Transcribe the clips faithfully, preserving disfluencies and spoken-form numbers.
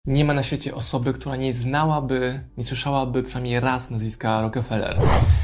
Nie ma na świecie osoby, która nie znałaby, nie słyszałaby przynajmniej raz nazwiska Rockefeller.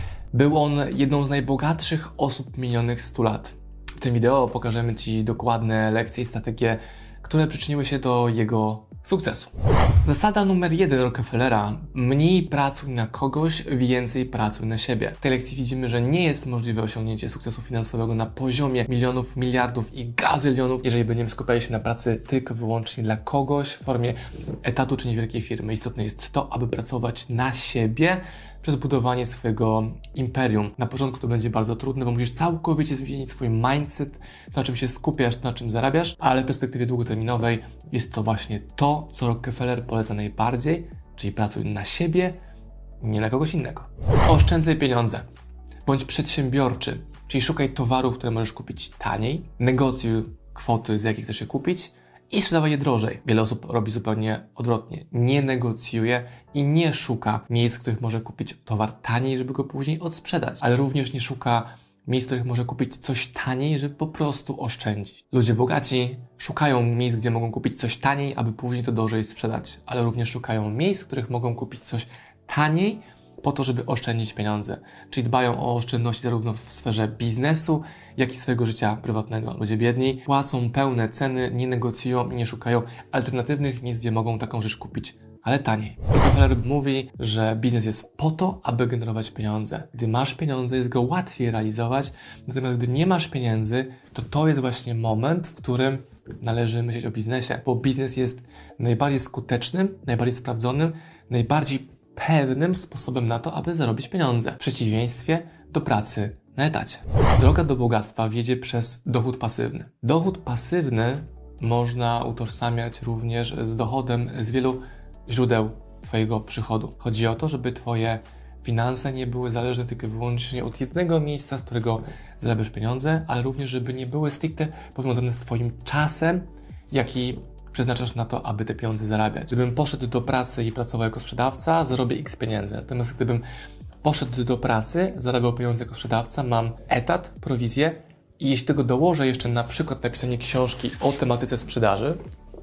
Był on jedną z najbogatszych osób minionych stu lat. W tym wideo pokażemy Ci dokładne lekcje i strategie, które przyczyniły się do jego sukcesu. Zasada numer jeden Rockefellera: mniej pracuj na kogoś, więcej pracuj na siebie. W tej lekcji widzimy, że nie jest możliwe osiągnięcie sukcesu finansowego na poziomie milionów, miliardów i gazylionów, jeżeli będziemy skupiali się na pracy tylko i wyłącznie dla kogoś w formie etatu czy niewielkiej firmy. Istotne jest to, aby pracować na siebie przez budowanie swojego imperium. Na początku to będzie bardzo trudne, bo musisz całkowicie zmienić swój mindset, na czym się skupiasz, na czym zarabiasz, ale w perspektywie długoterminowej jest to właśnie to, co Rockefeller poleca najbardziej, czyli pracuj na siebie, nie na kogoś innego. Oszczędzaj pieniądze. Bądź przedsiębiorczy, czyli szukaj towarów, które możesz kupić taniej, negocjuj kwoty, z jakich chcesz je kupić, i sprzedawaj je drożej. Wiele osób robi zupełnie odwrotnie. Nie negocjuje i nie szuka miejsc, w których może kupić towar taniej, żeby go później odsprzedać. Ale również nie szuka miejsc, w których może kupić coś taniej, żeby po prostu oszczędzić. Ludzie bogaci szukają miejsc, gdzie mogą kupić coś taniej, aby później to drożej sprzedać. Ale również szukają miejsc, w których mogą kupić coś taniej, po to, żeby oszczędzić pieniądze. Czyli dbają o oszczędności zarówno w sferze biznesu, jak i swojego życia prywatnego. Ludzie biedni płacą pełne ceny, nie negocjują i nie szukają alternatywnych miejsc, gdzie mogą taką rzecz kupić, ale taniej. Rockefeller mówi, że biznes jest po to, aby generować pieniądze. Gdy masz pieniądze, jest go łatwiej realizować, natomiast gdy nie masz pieniędzy, to to jest właśnie moment, w którym należy myśleć o biznesie, bo biznes jest najbardziej skutecznym, najbardziej sprawdzonym, najbardziej pewnym sposobem na to, aby zarobić pieniądze. W przeciwieństwie do pracy na etacie. Droga do bogactwa wiedzie przez dochód pasywny. Dochód pasywny można utożsamiać również z dochodem z wielu źródeł Twojego przychodu. Chodzi o to, żeby Twoje finanse nie były zależne tylko i wyłącznie od jednego miejsca, z którego zarabiasz pieniądze, ale również, żeby nie były stricte powiązane z Twoim czasem, jaki przeznaczasz na to, aby te pieniądze zarabiać. Gdybym poszedł do pracy i pracował jako sprzedawca, zarobię X pieniędzy. Natomiast gdybym poszedł do pracy, zarabiał pieniądze jako sprzedawca, mam etat, prowizję i jeśli tego dołożę jeszcze na przykład napisanie książki o tematyce sprzedaży,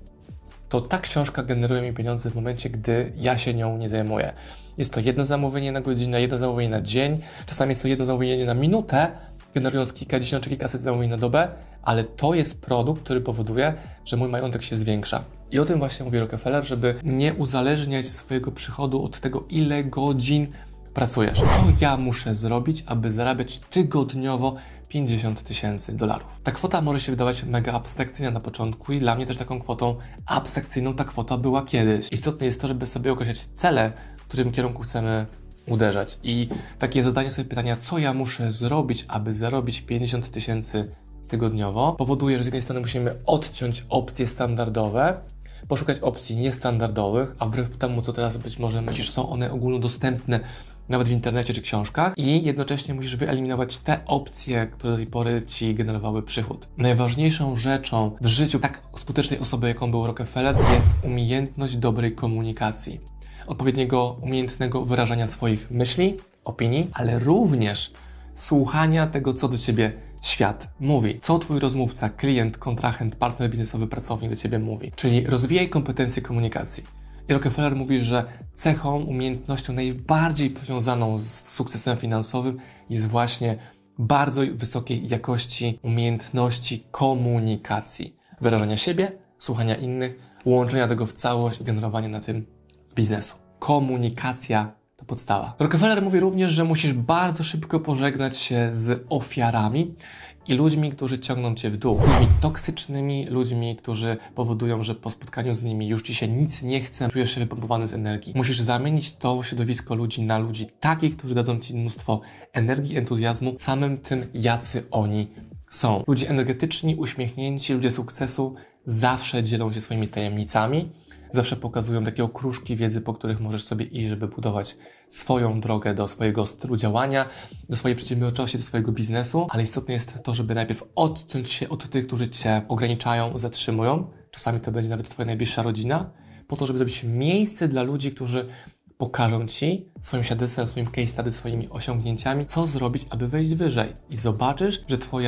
to ta książka generuje mi pieniądze w momencie, gdy ja się nią nie zajmuję. Jest to jedno zamówienie na godzinę, jedno zamówienie na dzień, czasami jest to jedno zamówienie na minutę, generując kilkadziesiąt czy kilkaset zamówień na dobę, ale to jest produkt, który powoduje, że mój majątek się zwiększa. I o tym właśnie mówi Rockefeller, żeby nie uzależniać swojego przychodu od tego, ile godzin pracujesz. Co ja muszę zrobić, aby zarabiać tygodniowo pięćdziesiąt tysięcy dolarów? Ta kwota może się wydawać mega abstrakcyjna na początku i dla mnie też taką kwotą abstrakcyjną ta kwota była kiedyś. Istotne jest to, żeby sobie określać cele, w którym kierunku chcemy uderzać. I takie zadanie sobie pytania, co ja muszę zrobić, aby zarobić pięćdziesiąt tysięcy tygodniowo, powoduje, że z jednej strony musimy odciąć opcje standardowe, poszukać opcji niestandardowych, a wbrew temu, co teraz być może myślisz, są one ogólnodostępne nawet w internecie czy książkach, i jednocześnie musisz wyeliminować te opcje, które do tej pory Ci generowały przychód. Najważniejszą rzeczą w życiu tak skutecznej osoby, jaką był Rockefeller, jest umiejętność dobrej komunikacji, odpowiedniego, umiejętnego wyrażania swoich myśli, opinii, ale również słuchania tego, co do Ciebie świat mówi. Co Twój rozmówca, klient, kontrahent, partner biznesowy, pracownik do Ciebie mówi. Czyli rozwijaj kompetencje komunikacji. I Rockefeller mówi, że cechą, umiejętnością najbardziej powiązaną z sukcesem finansowym jest właśnie bardzo wysokiej jakości umiejętności komunikacji. Wyrażania siebie, słuchania innych, łączenia tego w całość i generowania na tym biznesu. Komunikacja to podstawa. Rockefeller mówi również, że musisz bardzo szybko pożegnać się z ofiarami i ludźmi, którzy ciągną Cię w dół. Ludźmi toksycznymi, ludźmi, którzy powodują, że po spotkaniu z nimi już Ci się nic nie chce, czujesz się wypompowany z energii. Musisz zamienić to środowisko ludzi na ludzi takich, którzy dadzą Ci mnóstwo energii, entuzjazmu, samym tym, jacy oni są. Ludzie energetyczni, uśmiechnięci, ludzie sukcesu zawsze dzielą się swoimi tajemnicami, zawsze pokazują takie okruszki wiedzy, po których możesz sobie iść, żeby budować swoją drogę do swojego stylu działania, do swojej przedsiębiorczości, do swojego biznesu, ale istotne jest to, żeby najpierw odciąć się od tych, którzy Cię ograniczają, zatrzymują. Czasami to będzie nawet Twoja najbliższa rodzina, po to, żeby zrobić miejsce dla ludzi, którzy pokażą Ci swoim świadectwem, swoim case study, swoimi osiągnięciami, co zrobić, aby wejść wyżej. I zobaczysz, że Twoja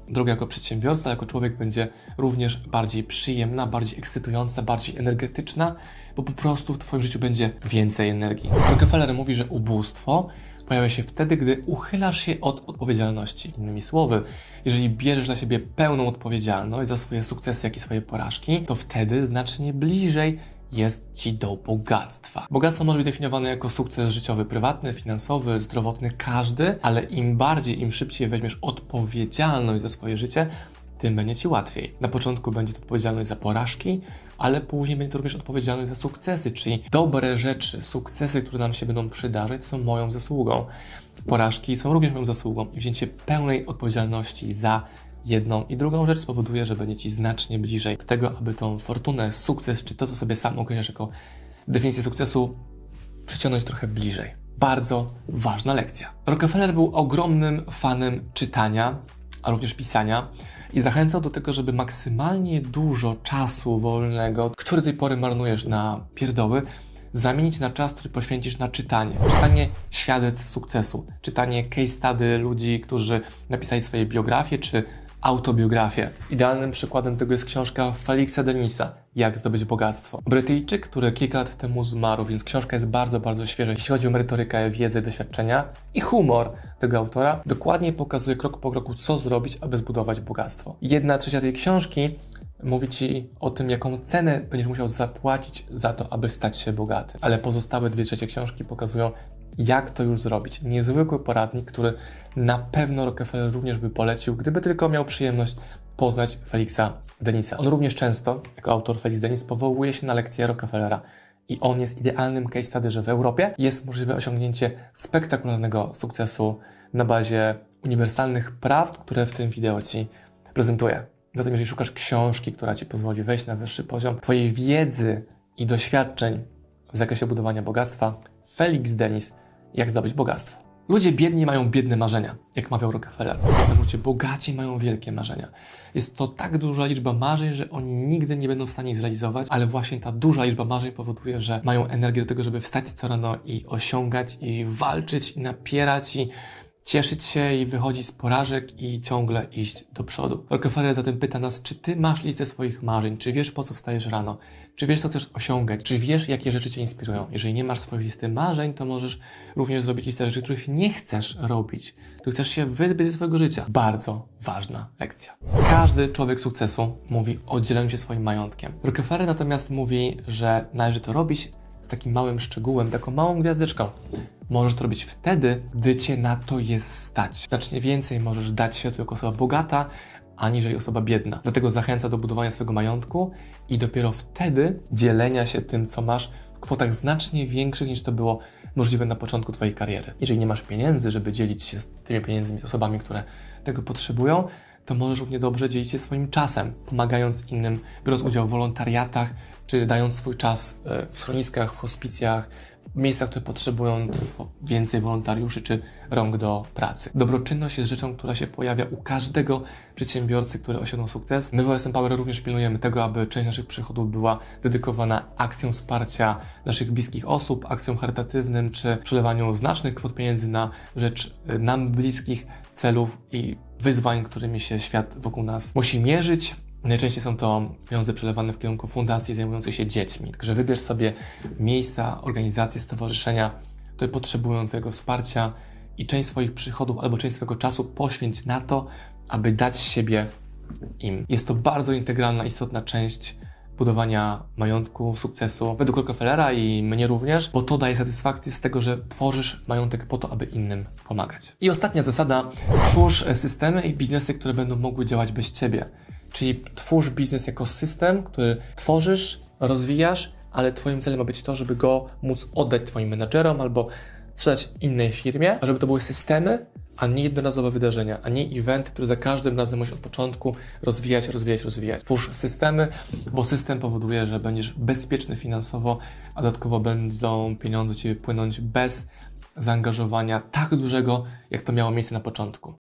droga jako przedsiębiorca, jako człowiek będzie również bardziej przyjemna, bardziej ekscytująca, bardziej energetyczna, bo po prostu w Twoim życiu będzie więcej energii. Rockefeller mówi, że ubóstwo pojawia się wtedy, gdy uchylasz się od odpowiedzialności. Innymi słowy, jeżeli bierzesz na siebie pełną odpowiedzialność za swoje sukcesy, jak i swoje porażki, to wtedy znacznie bliżej jest Ci do bogactwa. Bogactwo może być definiowane jako sukces życiowy, prywatny, finansowy, zdrowotny, każdy, ale im bardziej, im szybciej weźmiesz odpowiedzialność za swoje życie, tym będzie Ci łatwiej. Na początku będzie to odpowiedzialność za porażki, ale później będzie to również odpowiedzialność za sukcesy, czyli dobre rzeczy, sukcesy, które nam się będą przydarzać, są moją zasługą. Porażki są również moją zasługą i wzięcie pełnej odpowiedzialności za jedną i drugą rzecz spowoduje, że będzie Ci znacznie bliżej do tego, aby tą fortunę, sukces, czy to, co sobie sam określasz jako definicję sukcesu, przyciągnąć trochę bliżej. Bardzo ważna lekcja. Rockefeller był ogromnym fanem czytania, a również pisania i zachęcał do tego, żeby maksymalnie dużo czasu wolnego, który do tej pory marnujesz na pierdoły, zamienić na czas, który poświęcisz na czytanie. Czytanie świadectw sukcesu, czytanie case study ludzi, którzy napisali swoje biografie czy autobiografię. Idealnym przykładem tego jest książka Felixa Denisa, Jak zdobyć bogactwo. Brytyjczyk, który kilka lat temu zmarł, więc książka jest bardzo, bardzo świeża, jeśli chodzi o merytorykę, wiedzę, doświadczenia i humor tego autora. Dokładnie pokazuje krok po kroku, co zrobić, aby zbudować bogactwo. Jedna trzecia tej książki mówi Ci o tym, jaką cenę będziesz musiał zapłacić za to, aby stać się bogaty. Ale pozostałe dwie trzecie książki pokazują, jak to już zrobić. Niezwykły poradnik, który na pewno Rockefeller również by polecił, gdyby tylko miał przyjemność poznać Felixa Denisa. On również często, jako autor Felix Denis, powołuje się na lekcje Rockefellera. I on jest idealnym case study, że w Europie jest możliwe osiągnięcie spektakularnego sukcesu na bazie uniwersalnych prawd, które w tym wideo Ci prezentuję. Zatem jeżeli szukasz książki, która Ci pozwoli wejść na wyższy poziom Twojej wiedzy i doświadczeń w zakresie budowania bogactwa, Felix Denis, Jak zdobyć bogactwo. Ludzie biedni mają biedne marzenia, jak mawiał Rockefeller. Zatem ludzie bogaci mają wielkie marzenia. Jest to tak duża liczba marzeń, że oni nigdy nie będą w stanie ich zrealizować, ale właśnie ta duża liczba marzeń powoduje, że mają energię do tego, żeby wstać co rano i osiągać, i walczyć, i napierać, i cieszyć się i wychodzić z porażek i ciągle iść do przodu. Rockefeller zatem pyta nas, czy Ty masz listę swoich marzeń, czy wiesz, po co wstajesz rano, czy wiesz, co chcesz osiągać, czy wiesz, jakie rzeczy Cię inspirują. Jeżeli nie masz swojej listy marzeń, to możesz również zrobić listę rzeczy, których nie chcesz robić, których chcesz się wyzbyć ze swojego życia. Bardzo ważna lekcja. Każdy człowiek sukcesu mówi o dzieleniu się swoim majątkiem. Rockefeller natomiast mówi, że należy to robić z takim małym szczegółem, taką małą gwiazdeczką. Możesz to robić wtedy, gdy Cię na to jest stać. Znacznie więcej możesz dać światu jako osoba bogata, aniżeli osoba biedna. Dlatego zachęca do budowania swojego majątku i dopiero wtedy dzielenia się tym, co masz, w kwotach znacznie większych, niż to było możliwe na początku Twojej kariery. Jeżeli nie masz pieniędzy, żeby dzielić się z tymi pieniędzmi z osobami, które tego potrzebują, to możesz równie dobrze dzielić się swoim czasem, pomagając innym, biorąc udział w wolontariatach, czy dając swój czas w schroniskach, w hospicjach, w miejscach, które potrzebują więcej wolontariuszy czy rąk do pracy. Dobroczynność jest rzeczą, która się pojawia u każdego przedsiębiorcy, który osiągnął sukces. My w O S M Power również pilnujemy tego, aby część naszych przychodów była dedykowana akcjom wsparcia naszych bliskich osób, akcjom charytatywnym czy przelewaniu znacznych kwot pieniędzy na rzecz nam bliskich celów i wyzwań, którymi się świat wokół nas musi mierzyć. Najczęściej są to pieniądze przelewane w kierunku fundacji zajmujących się dziećmi. Także wybierz sobie miejsca, organizacje, stowarzyszenia, które potrzebują Twojego wsparcia i część swoich przychodów albo część swojego czasu poświęć na to, aby dać siebie im. Jest to bardzo integralna, istotna część budowania majątku, sukcesu według Rockefellera i mnie również, bo to daje satysfakcję z tego, że tworzysz majątek po to, aby innym pomagać. I ostatnia zasada, twórz systemy i biznesy, które będą mogły działać bez Ciebie. Czyli twórz biznes jako system, który tworzysz, rozwijasz, ale Twoim celem ma być to, żeby go móc oddać Twoim menadżerom albo sprzedać innej firmie, a żeby to były systemy, a nie jednorazowe wydarzenia, a nie eventy, które za każdym razem musisz od początku rozwijać, rozwijać, rozwijać. Twórz systemy, bo system powoduje, że będziesz bezpieczny finansowo, a dodatkowo będą pieniądze Ciebie płynąć bez zaangażowania tak dużego, jak to miało miejsce na początku.